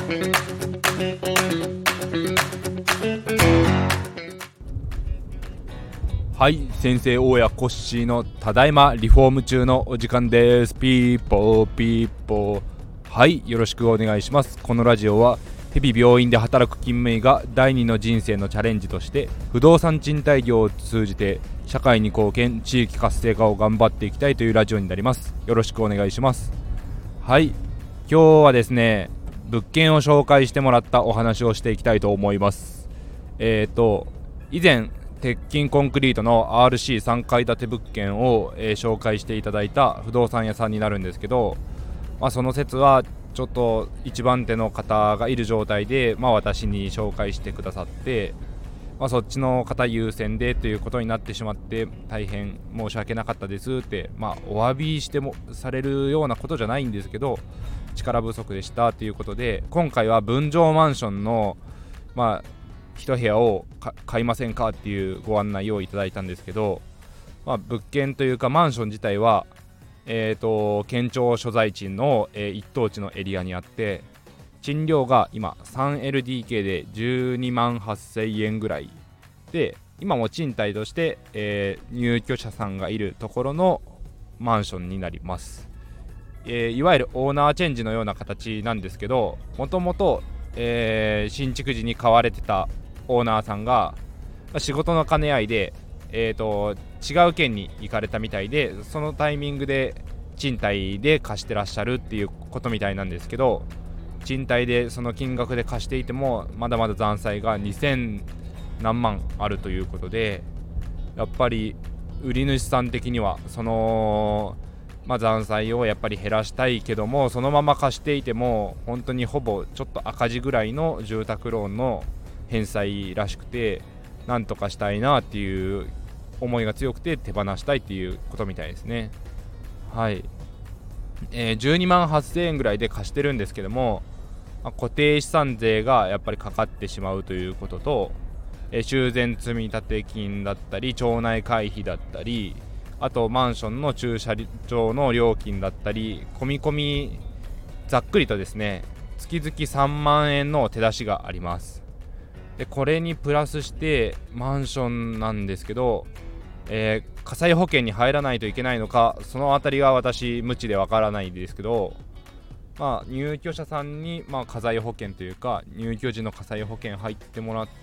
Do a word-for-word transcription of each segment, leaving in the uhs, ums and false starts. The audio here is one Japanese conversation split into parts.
はい、先生大家コッシーのただいまリフォーム中のお時間です。ピーポーピーポー。はい、よろしくお願いします。このラジオは日々病院で働く勤務医が第二の人生のチャレンジとして不動産賃貸業を通じて社会に貢献、地域活性化を頑張っていきたいというラジオになります。よろしくお願いします。はい、今日はですね、物件を紹介してもらったお話をしていきたいと思います。えーと以前鉄筋コンクリートの アールシーさん 階建て物件を、えー、紹介していただいた不動産屋さんになるんですけど、まあ、その説はちょっと一番手の方がいる状態で、まあ、私に紹介してくださって、まあ、そっちの方優先でということになってしまって大変申し訳なかったですって、まあ、お詫びしてもされるようなことじゃないんですけど、力不足でしたということで、今回は分譲マンションのまあ一部屋を買いませんかっていうご案内をいただいたんですけど、まあ、物件というかマンション自体は、えーと県庁所在地の、えー、一等地のエリアにあって、賃料が今 スリーエルディーケー でじゅうにまんはっせんえんぐらいで、今も賃貸として、えー、入居者さんがいるところのマンションになります。えー、いわゆるオーナーチェンジのような形なんですけど、もともと新築時に買われてたオーナーさんが仕事の兼ね合いで、えーと、違う県に行かれたみたいで、そのタイミングで賃貸で貸してらっしゃるっていうことみたいなんですけど、賃貸でその金額で貸していてもまだまだ残債がにせんなんまんあるということで、やっぱり売り主さん的にはその、まあ、残債をやっぱり減らしたいけども、そのまま貸していても本当にほぼちょっと赤字ぐらいの住宅ローンの返済らしくて、なんとかしたいなっていう思いが強くて手放したいっていうことみたいですね。はい、えー、じゅうにまんはっせんえんぐらいで貸してるんですけども、まあ、固定資産税がやっぱりかかってしまうということと、えー、修繕積立金だったり町内会費だったり、あとマンションの駐車場の料金だったり、込み込みざっくりとですね、月々さんまんえんの手出しがあります。でこれにプラスしてマンションなんですけど、えー、火災保険に入らないといけないのか、そのあたりが私無知でわからないんですけど、まあ、入居者さんに、まあ、火災保険というか入居時の火災保険入ってもらって、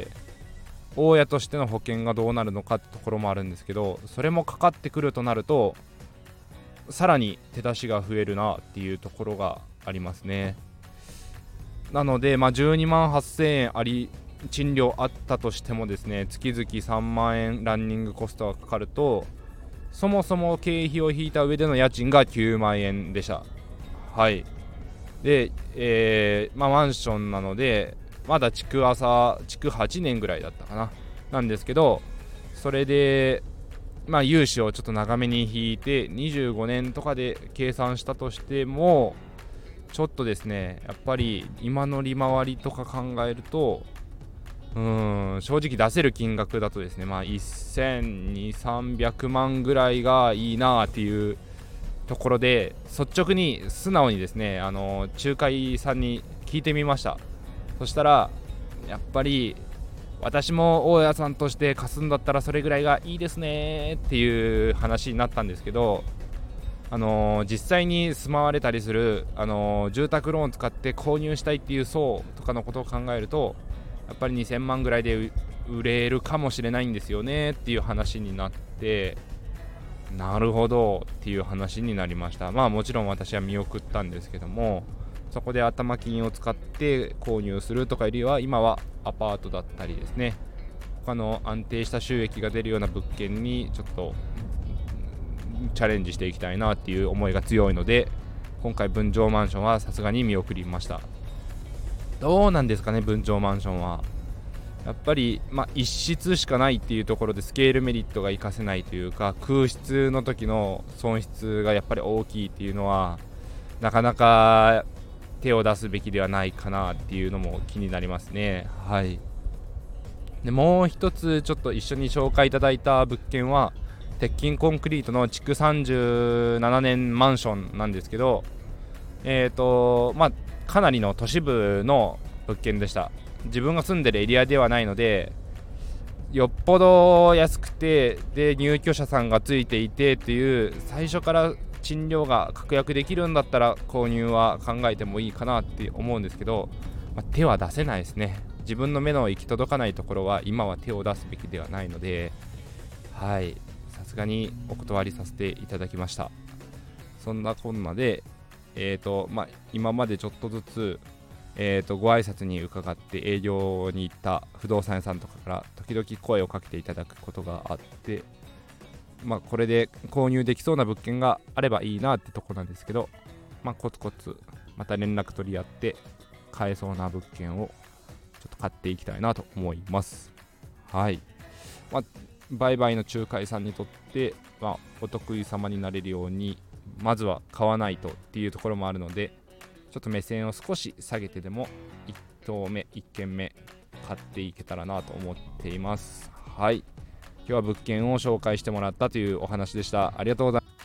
大家としての保険がどうなるのかってところもあるんですけど、それもかかってくるとなるとさらに手出しが増えるなっていうところがありますね。なので、まあ、じゅうにまんはっせんえんあり賃料あったとしてもですね、月々さんまんえんランニングコストがかかると、そもそも経費を引いた上での家賃がきゅうまんえんでした。はい。で、えーまあ、マンションなのでまだ築浅築はちねんぐらいだったかななんですけど、それでまあ融資をちょっと長めに引いてにじゅうごねんとかで計算したとしても、ちょっとですね、やっぱり今の利回りとか考えると、うーん正直出せる金額だとですね、まあせんにひゃく、さんびゃくまんぐらいがいいなっていうところで、率直に素直にですね、あの仲介さんに聞いてみました。そしたらやっぱり私も大家さんとして貸すんだったらそれぐらいがいいですねっていう話になったんですけど、あのー、実際に住まわれたりする、あのー、住宅ローン使って購入したいっていう層とかのことを考えると、やっぱりにせんまんぐらいで売れるかもしれないんですよねっていう話になって、なるほどっていう話になりました。まあもちろん私は見送ったんですけども、そこで頭金を使って購入するとかよりは、今はアパートだったりですね、他の安定した収益が出るような物件にちょっとチャレンジしていきたいなっていう思いが強いので、今回分譲マンションはさすがに見送りました。どうなんですかね、分譲マンションはやっぱり、まあ、一室しかないっていうところでスケールメリットが活かせないというか、空室の時の損失がやっぱり大きいっていうのはなかなか手を出すべきではないかなっていうのも気になりますね。はい。でもう一つちょっと一緒に紹介いただいた物件は鉄筋コンクリートの築さんじゅうななねんマンションなんですけど、えーとまあかなりの都市部の物件でした。自分が住んでるエリアではないので、よっぽど安くて、で入居者さんがついていてっていう、最初から賃料が確約できるんだったら購入は考えてもいいかなって思うんですけど、まあ、手は出せないですね。自分の目の行き届かないところは今は手を出すべきではないので、はい、さすがにお断りさせていただきました。そんなこんなで、えーとまあ、今までちょっとずつ、えーとご挨拶に伺って営業に行った不動産屋さんとかから時々声をかけていただくことがあって、まあ、これで購入できそうな物件があればいいなってとこなんですけど、まあ、コツコツまた連絡取り合って買えそうな物件をちょっと買っていきたいなと思います。はい、まあ、売買の仲介さんにとって、まあ、お得意様になれるようにまずは買わないとっていうところもあるので、ちょっと目線を少し下げてでもいち棟目いっ軒目買っていけたらなと思っています。はい、今日は物件を紹介してもらったというお話でした。ありがとうございます。